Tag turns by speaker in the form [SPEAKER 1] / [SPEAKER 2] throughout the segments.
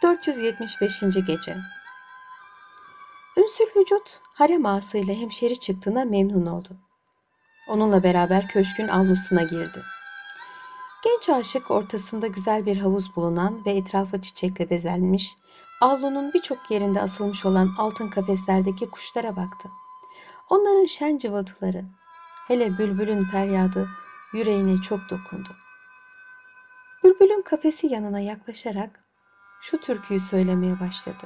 [SPEAKER 1] 475. Gece. Ünsül vücut harem ağasıyla hemşeri çıktığına memnun oldu. Onunla beraber köşkün avlusuna girdi. Genç aşık ortasında güzel bir havuz bulunan ve etrafı çiçekle bezenmiş, avlunun birçok yerinde asılmış olan altın kafeslerdeki kuşlara baktı. Onların şen cıvıltıları, hele bülbülün feryadı yüreğine çok dokundu. Bülbülün kafesi yanına yaklaşarak şu türküyü söylemeye başladı.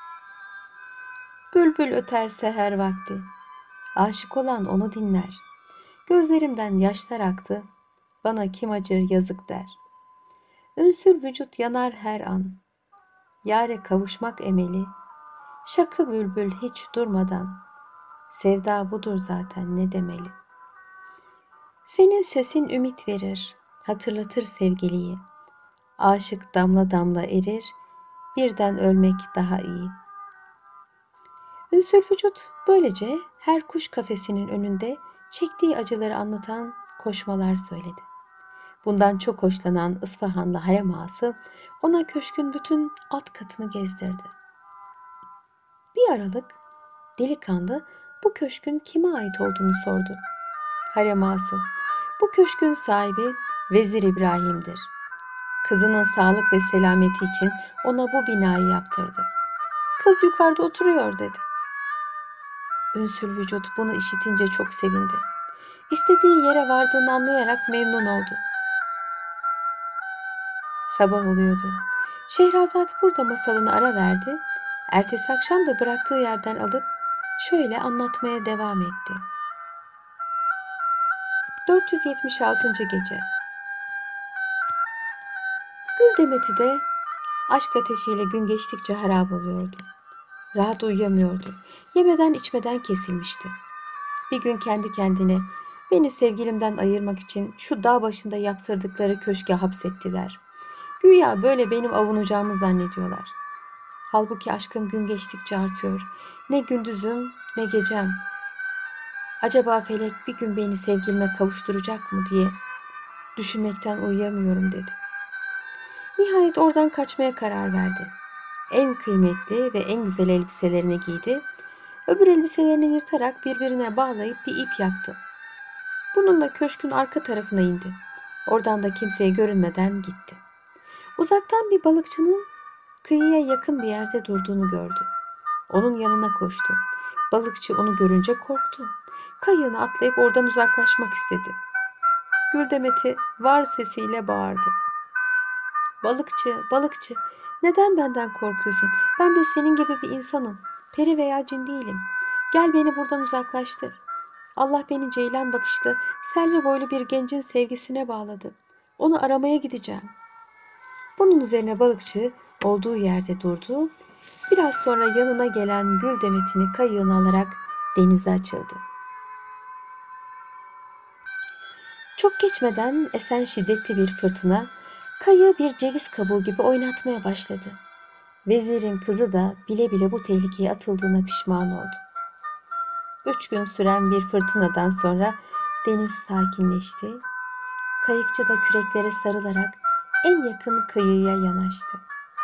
[SPEAKER 1] Bülbül öter seher vakti, aşık olan onu dinler. Gözlerimden yaşlar aktı, bana kim acır yazık der. Ünsül vücut yanar her an, yâre kavuşmak emeli. Şakı bülbül hiç durmadan, sevda budur zaten ne demeli. Senin sesin ümit verir, hatırlatır sevgiliyi. Aşık damla damla erir, birden ölmek daha iyi. Ünsül vücut böylece her kuş kafesinin önünde çektiği acıları anlatan koşmalar söyledi. Bundan çok hoşlanan İsfahanlı harem ağası ona köşkün bütün alt katını gezdirdi. Bir aralık delikanlı bu köşkün kime ait olduğunu sordu. Harem ağası, bu köşkün sahibi Vezir İbrahim'dir. Kızının sağlık ve selameti için ona bu binayı yaptırdı. Kız yukarıda oturuyor dedi. Ünsül vücut bunu işitince çok sevindi. İstediği yere vardığını anlayarak memnun oldu. Sabah oluyordu. Şehrazat burada masalını ara verdi. Ertesi akşam da bıraktığı yerden alıp şöyle anlatmaya devam etti. 476. Gece. Gül demeti de aşk ateşiyle gün geçtikçe harap oluyordu. Rahat uyuyamıyordu. Yemeden içmeden kesilmişti. Bir gün kendi kendine beni sevgilimden ayırmak için şu dağ başında yaptırdıkları köşke hapsettiler. Güya böyle benim avunacağımı zannediyorlar. Halbuki aşkım gün geçtikçe artıyor. Ne gündüzüm ne gecem. Acaba felek bir gün beni sevgilime kavuşturacak mı diye düşünmekten uyuyamıyorum dedi. Nihayet oradan kaçmaya karar verdi. En kıymetli ve en güzel elbiselerini giydi. Öbür elbiselerini yırtarak birbirine bağlayıp bir ip yaptı. Bununla köşkün arka tarafına indi. Oradan da kimseye görünmeden gitti. Uzaktan bir balıkçının kıyıya yakın bir yerde durduğunu gördü. Onun yanına koştu. Balıkçı onu görünce korktu. Kayığını atlayıp oradan uzaklaşmak istedi. Gül demeti var sesiyle bağırdı. Balıkçı, balıkçı, neden benden korkuyorsun? Ben de senin gibi bir insanım. Peri veya cin değilim. Gel beni buradan uzaklaştır. Allah beni ceylan bakışlı, selvi boylu bir gencin sevgisine bağladı. Onu aramaya gideceğim. Bunun üzerine balıkçı olduğu yerde durdu. Biraz sonra yanına gelen gül demetini kayığına alarak denize açıldı. Çok geçmeden esen şiddetli bir fırtına kayığı bir ceviz kabuğu gibi oynatmaya başladı. Vezirin kızı da bile bile bu tehlikeye atıldığına pişman oldu. 3 gün süren bir fırtınadan sonra deniz sakinleşti. Kayıkçı da küreklere sarılarak en yakın kıyıya yanaştı.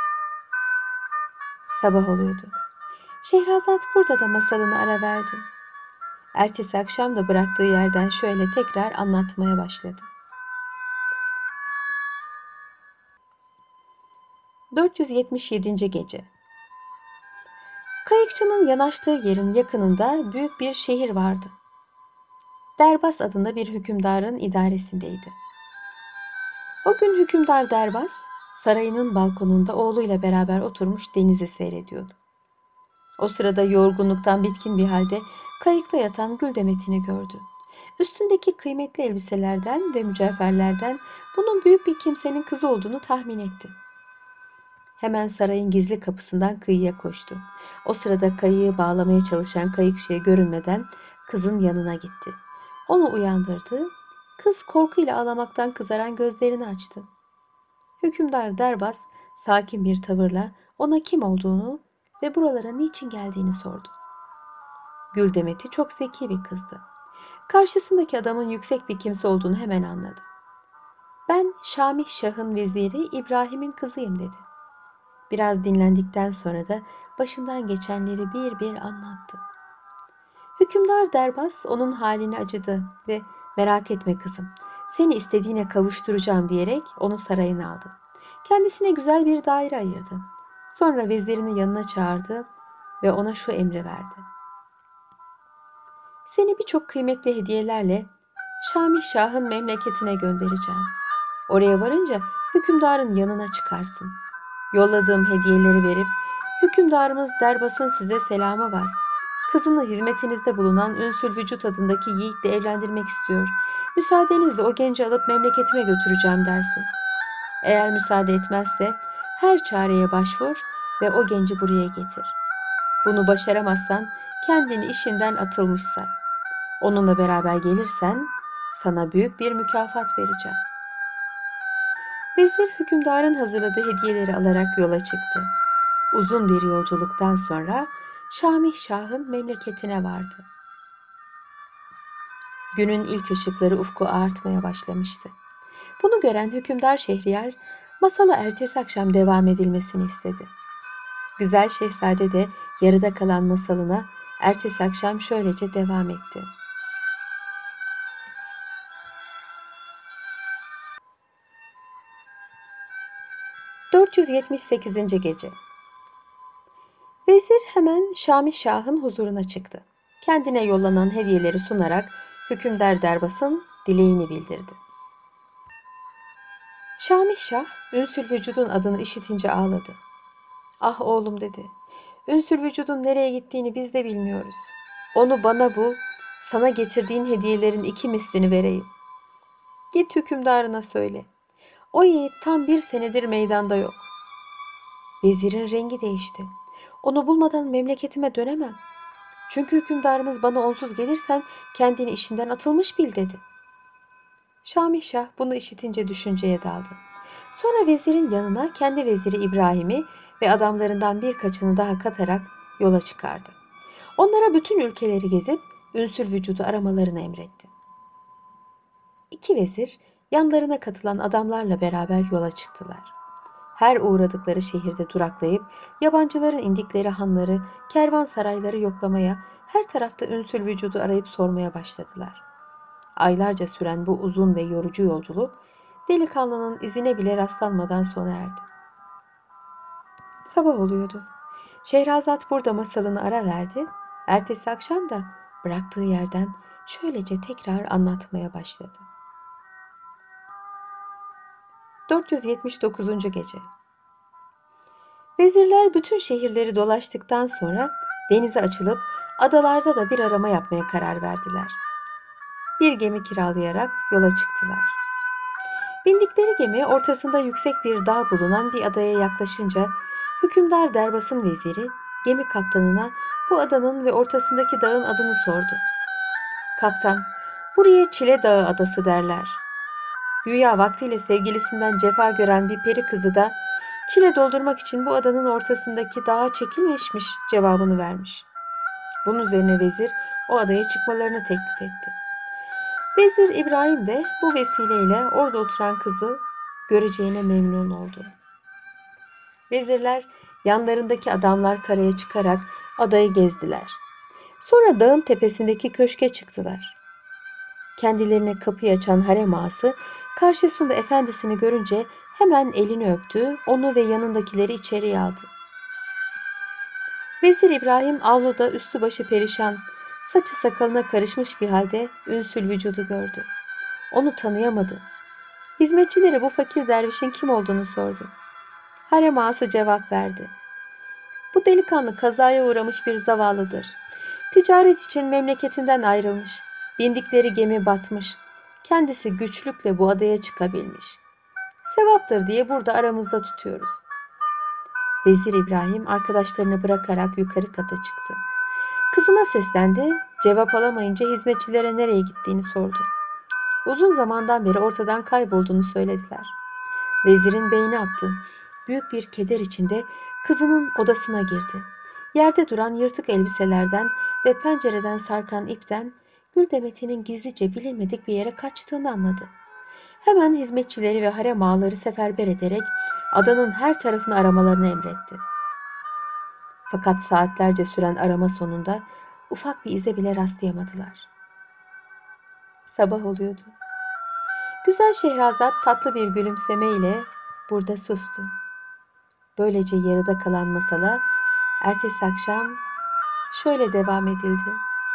[SPEAKER 1] Sabah oluyordu. Şehrazat burada da masalını ara verdi. Ertesi akşam da bıraktığı yerden şöyle tekrar anlatmaya başladı. 477. Gece. Kayıkçının yanaştığı yerin yakınında büyük bir şehir vardı. Derbas adında bir hükümdarın idaresindeydi. O gün hükümdar Derbas sarayının balkonunda oğluyla beraber oturmuş denizi seyrediyordu. O sırada yorgunluktan bitkin bir halde kayıkta yatan Gül Demet'ini gördü. Üstündeki kıymetli elbiselerden ve mücevherlerden bunun büyük bir kimsenin kızı olduğunu tahmin etti. Hemen sarayın gizli kapısından kıyıya koştu. O sırada kayığı bağlamaya çalışan kayıkçıya görünmeden kızın yanına gitti. Onu uyandırdı. Kız korkuyla ağlamaktan kızaran gözlerini açtı. Hükümdar Derbas sakin bir tavırla ona kim olduğunu ve buralara niçin geldiğini sordu. Gül Demet'i çok zeki bir kızdı. Karşısındaki adamın yüksek bir kimse olduğunu hemen anladı. Ben Şamih Şah'ın veziri İbrahim'in kızıyım dedi. Biraz dinlendikten sonra da başından geçenleri bir bir anlattı. Hükümdar Derbas onun haline acıdı ve merak etme kızım, seni istediğine kavuşturacağım diyerek onu sarayına aldı. Kendisine güzel bir daire ayırdı. Sonra vezirini yanına çağırdı ve ona şu emri verdi. Seni birçok kıymetli hediyelerle Şamih Şah'ın memleketine göndereceğim. Oraya varınca hükümdarın yanına çıkarsın. Yolladığım hediyeleri verip hükümdarımız Derbas'ın size selamı var. Kızını hizmetinizde bulunan Ünsül Vücut adındaki yiğitle evlendirmek istiyor. Müsaadenizle o genci alıp memleketime götüreceğim dersin. Eğer müsaade etmezse her çareye başvur ve o genci buraya getir. Bunu başaramazsan kendini işinden atılmış say. Onunla beraber gelirsen sana büyük bir mükafat vereceğim. Vezir hükümdarın hazırladığı hediyeleri alarak yola çıktı. Uzun bir yolculuktan sonra Şamih Şah'ın memleketine vardı. Günün ilk ışıkları ufku ağartmaya başlamıştı. Bunu gören hükümdar Şehriyar masala ertesi akşam devam edilmesini istedi. Güzel şehzade de yarıda kalan masalına ertesi akşam şöylece devam etti. 478. Gece. Vezir hemen Şamih Şah'ın huzuruna çıktı. Kendine yollanan hediyeleri sunarak hükümdar Derbas'ın dileğini bildirdi. Şamih Şah, Ünsül Vücud'un adını işitince ağladı. Ah oğlum dedi, Ünsül Vücud'un nereye gittiğini biz de bilmiyoruz. Onu bana bul, sana getirdiğin hediyelerin 2 mislini vereyim. Git hükümdarına söyle. O yiğit tam 1 senedir meydanda yok. Vezirin rengi değişti. Onu bulmadan memleketime dönemem. Çünkü hükümdarımız bana onsuz gelirsen kendini işinden atılmış bil dedi. Şamih Şah bunu işitince düşünceye daldı. Sonra vezirin yanına kendi veziri İbrahim'i ve adamlarından birkaçını daha katarak yola çıkardı. Onlara bütün ülkeleri gezip Ünsül Vücud'u aramalarını emretti. 2 vezir yanlarına katılan adamlarla beraber yola çıktılar. Her uğradıkları şehirde duraklayıp yabancıların indikleri hanları, kervansarayları yoklamaya, her tarafta Ünsül Vücud'u arayıp sormaya başladılar. Aylarca süren bu uzun ve yorucu yolculuk delikanlının izine bile rastlanmadan sona erdi. Sabah oluyordu. Şehrazat burada masalını ara verdi. Ertesi akşam da bıraktığı yerden şöylece tekrar anlatmaya başladı. 479. Gece. Vezirler bütün şehirleri dolaştıktan sonra denize açılıp adalarda da bir arama yapmaya karar verdiler. Bir gemi kiralayarak yola çıktılar. Bindikleri gemi ortasında yüksek bir dağ bulunan bir adaya yaklaşınca hükümdar Derbas'ın veziri gemi kaptanına bu adanın ve ortasındaki dağın adını sordu. Kaptan, buraya Çile Dağı adası derler. Güya vaktiyle sevgilisinden cefa gören bir peri kızı da çile doldurmak için bu adanın ortasındaki dağa çekilmişmiş cevabını vermiş. Bunun üzerine vezir o adaya çıkmalarını teklif etti. Vezir İbrahim de bu vesileyle orada oturan kızı göreceğine memnun oldu. Vezirler yanlarındaki adamlar karaya çıkarak adayı gezdiler. Sonra dağın tepesindeki köşke çıktılar. Kendilerine kapıyı açan harem ağası karşısında efendisini görünce hemen elini öptü, onu ve yanındakileri içeriye aldı. Vezir İbrahim avluda üstü başı perişan, saçı sakalına karışmış bir halde Ünsül Vücud'u gördü. Onu tanıyamadı. Hizmetçileri bu fakir dervişin kim olduğunu sordu. Harem ağası cevap verdi. Bu delikanlı kazaya uğramış bir zavallıdır. Ticaret için memleketinden ayrılmış. Bindikleri gemi batmış. Kendisi güçlükle bu adaya çıkabilmiş. Sevaptır diye burada aramızda tutuyoruz. Vezir İbrahim arkadaşlarını bırakarak yukarı kata çıktı. Kızına seslendi. Cevap alamayınca hizmetçilere nereye gittiğini sordu. Uzun zamandan beri ortadan kaybolduğunu söylediler. Vezirin beyni attı. Büyük bir keder içinde kızının odasına girdi. Yerde duran yırtık elbiselerden ve pencereden sarkan ipten Gül Demet'in gizlice bilinmedik bir yere kaçtığını anladı. Hemen hizmetçileri ve harem ağaları seferber ederek adanın her tarafını aramalarını emretti. Fakat saatlerce süren arama sonunda ufak bir ize bile rastlayamadılar. Sabah oluyordu. Güzel Şehrazat tatlı bir gülümsemeyle burada sustu. Böylece yarıda kalan masala ertesi akşam şöyle devam edildi.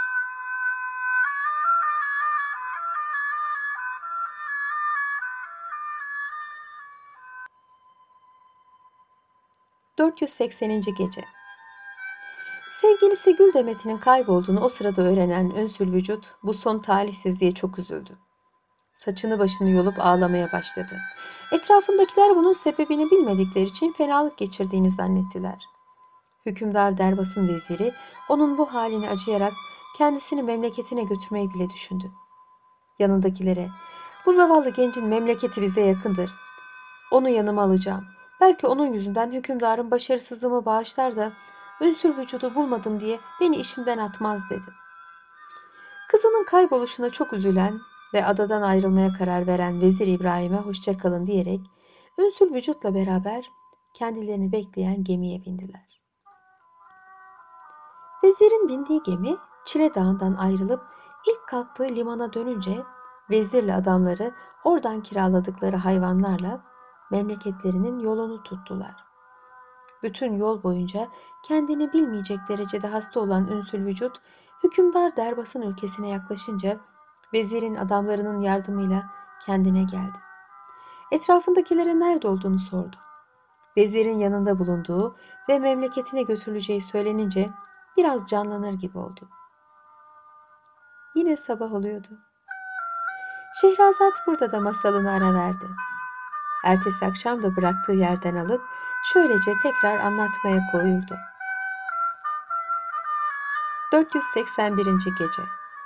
[SPEAKER 1] 480. Gece. Sevgilisi Güldemet'in kaybolduğunu o sırada öğrenen Ünsül Vücut bu son talihsizliğe çok üzüldü. Saçını başını yolup ağlamaya başladı. Etrafındakiler bunun sebebini bilmedikleri için fenalık geçirdiğini zannettiler. Hükümdar Derbas'ın veziri onun bu haline acıyarak kendisini memleketine götürmeyi bile düşündü. Yanındakilere, "Bu zavallı gencin memleketi bize yakındır. Onu yanıma alacağım. Belki onun yüzünden hükümdarın başarısızlığımı bağışlar da ünsür vücudu bulmadım diye beni işimden atmaz," dedi. Kızının kayboluşuna çok üzülen ve adadan ayrılmaya karar veren Vezir İbrahim'e hoşça kalın diyerek ünsül vücutla beraber kendilerini bekleyen gemiye bindiler. Vezirin bindiği gemi Çile Dağı'ndan ayrılıp ilk kalktığı limana dönünce vezirle adamları oradan kiraladıkları hayvanlarla memleketlerinin yolunu tuttular. Bütün yol boyunca kendini bilmeyecek derecede hasta olan ünsül vücut hükümdar Derbas'ın ülkesine yaklaşınca vezirin adamlarının yardımıyla kendine geldi. Etrafındakilere nerede olduğunu sordu. Vezirin yanında bulunduğu ve memleketine götürüleceği söylenince biraz canlanır gibi oldu. Yine sabah oluyordu. Şehrazat burada da masalını ara verdi. Ertesi akşam da bıraktığı yerden alıp şöylece tekrar anlatmaya koyuldu. 481. Gece.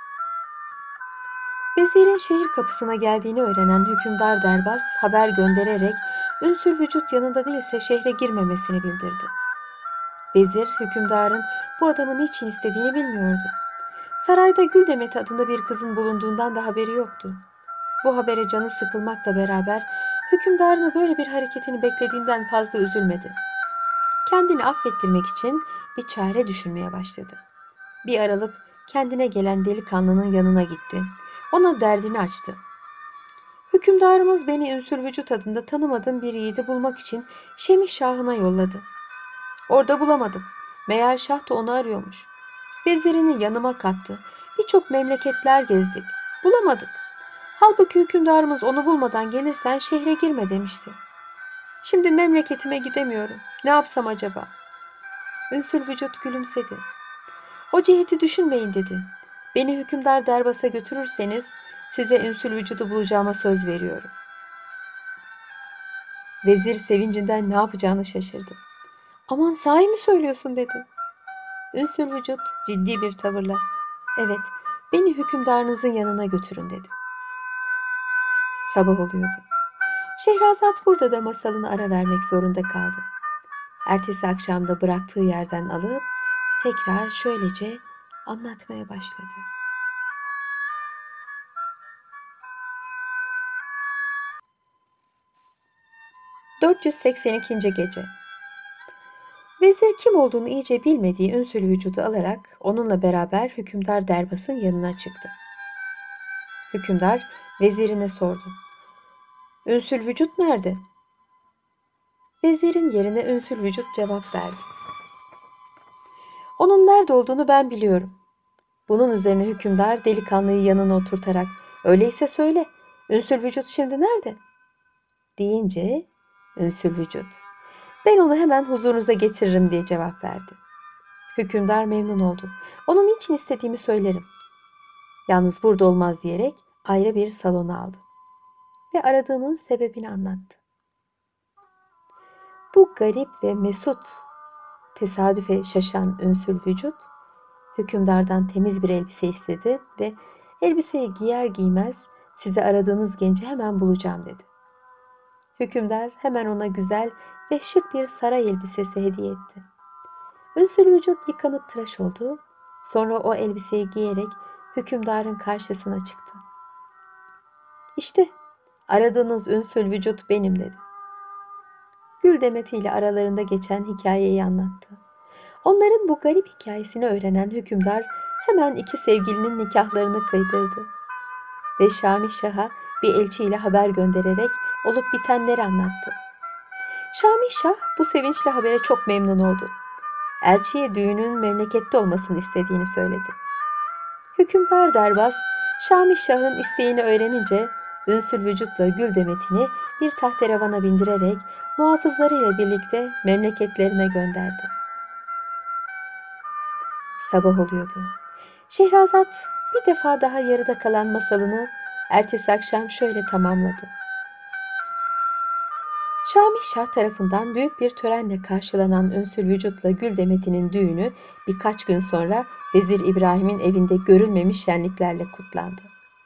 [SPEAKER 1] Vezirin şehir kapısına geldiğini öğrenen hükümdar Derbas haber göndererek ünsür vücut yanında değilse şehre girmemesini bildirdi. Vezir hükümdarın bu adamı niçin istediğini bilmiyordu. Sarayda Güldemet adında bir kızın bulunduğundan da haberi yoktu. Bu habere canı sıkılmakla beraber hükümdarını böyle bir hareketini beklediğinden fazla üzülmedi. Kendini affettirmek için bir çare düşünmeye başladı. Bir aralık kendine gelen delikanlının yanına gitti. Ona derdini açtı. "Hükümdarımız beni Ünsül Vücut adında tanımadığım bir yiğidi bulmak için Şemih Şah'ına yolladı. Orada bulamadım. Meğer Şah da onu arıyormuş. Vezirini yanıma kattı. Birçok memleketler gezdik. Bulamadık. Halbuki hükümdarımız onu bulmadan gelirsen şehre girme demişti. Şimdi memleketime gidemiyorum. Ne yapsam acaba?" Ünsül Vücut gülümsedi. "O ciheti düşünmeyin," dedi. "Beni hükümdar Derbas'a götürürseniz size Ünsül Vücud'u bulacağıma söz veriyorum." Vezir sevincinden ne yapacağını şaşırdı. "Aman sahi mi söylüyorsun?" dedi. Ünsül Vücut ciddi bir tavırla, "Evet, beni hükümdarınızın yanına götürün," dedi. Sabah oluyordu. Şehrazat burada da masalını ara vermek zorunda kaldı. Ertesi akşamda bıraktığı yerden alıp tekrar şöylece anlatmaya başladı. 482. Gece. Vezir kim olduğunu iyice bilmediği ünsül vücudu alarak onunla beraber hükümdar Derbas'ın yanına çıktı. Hükümdar vezirine sordu. "Ünsül vücut nerede?" Vezirin yerine ünsül vücut cevap verdi. "Onun nerede olduğunu ben biliyorum." Bunun üzerine hükümdar delikanlıyı yanına oturtarak, "Öyleyse söyle, ünsül vücut şimdi nerede?" deyince ünsül vücut, "Ben onu hemen huzurunuza getiririm," diye cevap verdi. Hükümdar memnun oldu. "Onun niçin istediğimi söylerim. Yalnız burada olmaz," diyerek ayrı bir salona aldı ve aradığının sebebini anlattı. Bu garip ve mesut tesadüfe şaşan ünsül vücut hükümdardan temiz bir elbise istedi ve elbiseyi giyer giymez "Size aradığınız genci hemen bulacağım," dedi. Hükümdar hemen ona güzel ve şık bir saray elbisesi hediye etti. Ünsül vücut yıkanıp tıraş oldu. Sonra o elbiseyi giyerek hükümdarın karşısına çıktı. "İşte Aradığınız ünsül vücut benim dedi. Gül Demeti ile aralarında geçen hikayeyi anlattı. Onların bu garip hikayesini öğrenen hükümdar hemen iki sevgilinin nikahlarını kıydırdı ve Şamil Şah'a bir elçiyle haber göndererek olup bitenleri anlattı. Şamil Şah bu sevinçli habere çok memnun oldu. Elçiye düğünün memlekette olmasını istediğini söyledi. Hükümdar Derbas, Şamil Şah'ın isteğini öğrenince ünsül vücutla Gül Demet'ini bir tahterevana bindirerek muhafızlarıyla birlikte memleketlerine gönderdi. Sabah oluyordu. Şehrazat bir defa daha yarıda kalan masalını ertesi akşam şöyle tamamladı. Şamil Şah tarafından büyük bir törenle karşılanan ünsül vücutla Gül Demet'inin düğünü birkaç gün sonra Vezir İbrahim'in evinde görülmemiş şenliklerle kutlandı.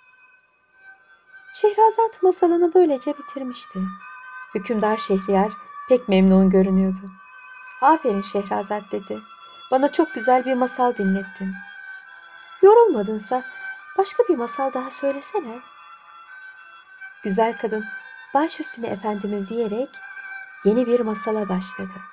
[SPEAKER 1] Şehrazat masalını böylece bitirmişti. Hükümdar Şehriyar pek memnun görünüyordu. "Aferin Şehrazat" dedi. "Bana çok güzel bir masal dinlettin. Yorulmadınsa başka bir masal daha söylesene." Güzel kadın baş üstüne efendimiz diyerek yeni bir masala başladı.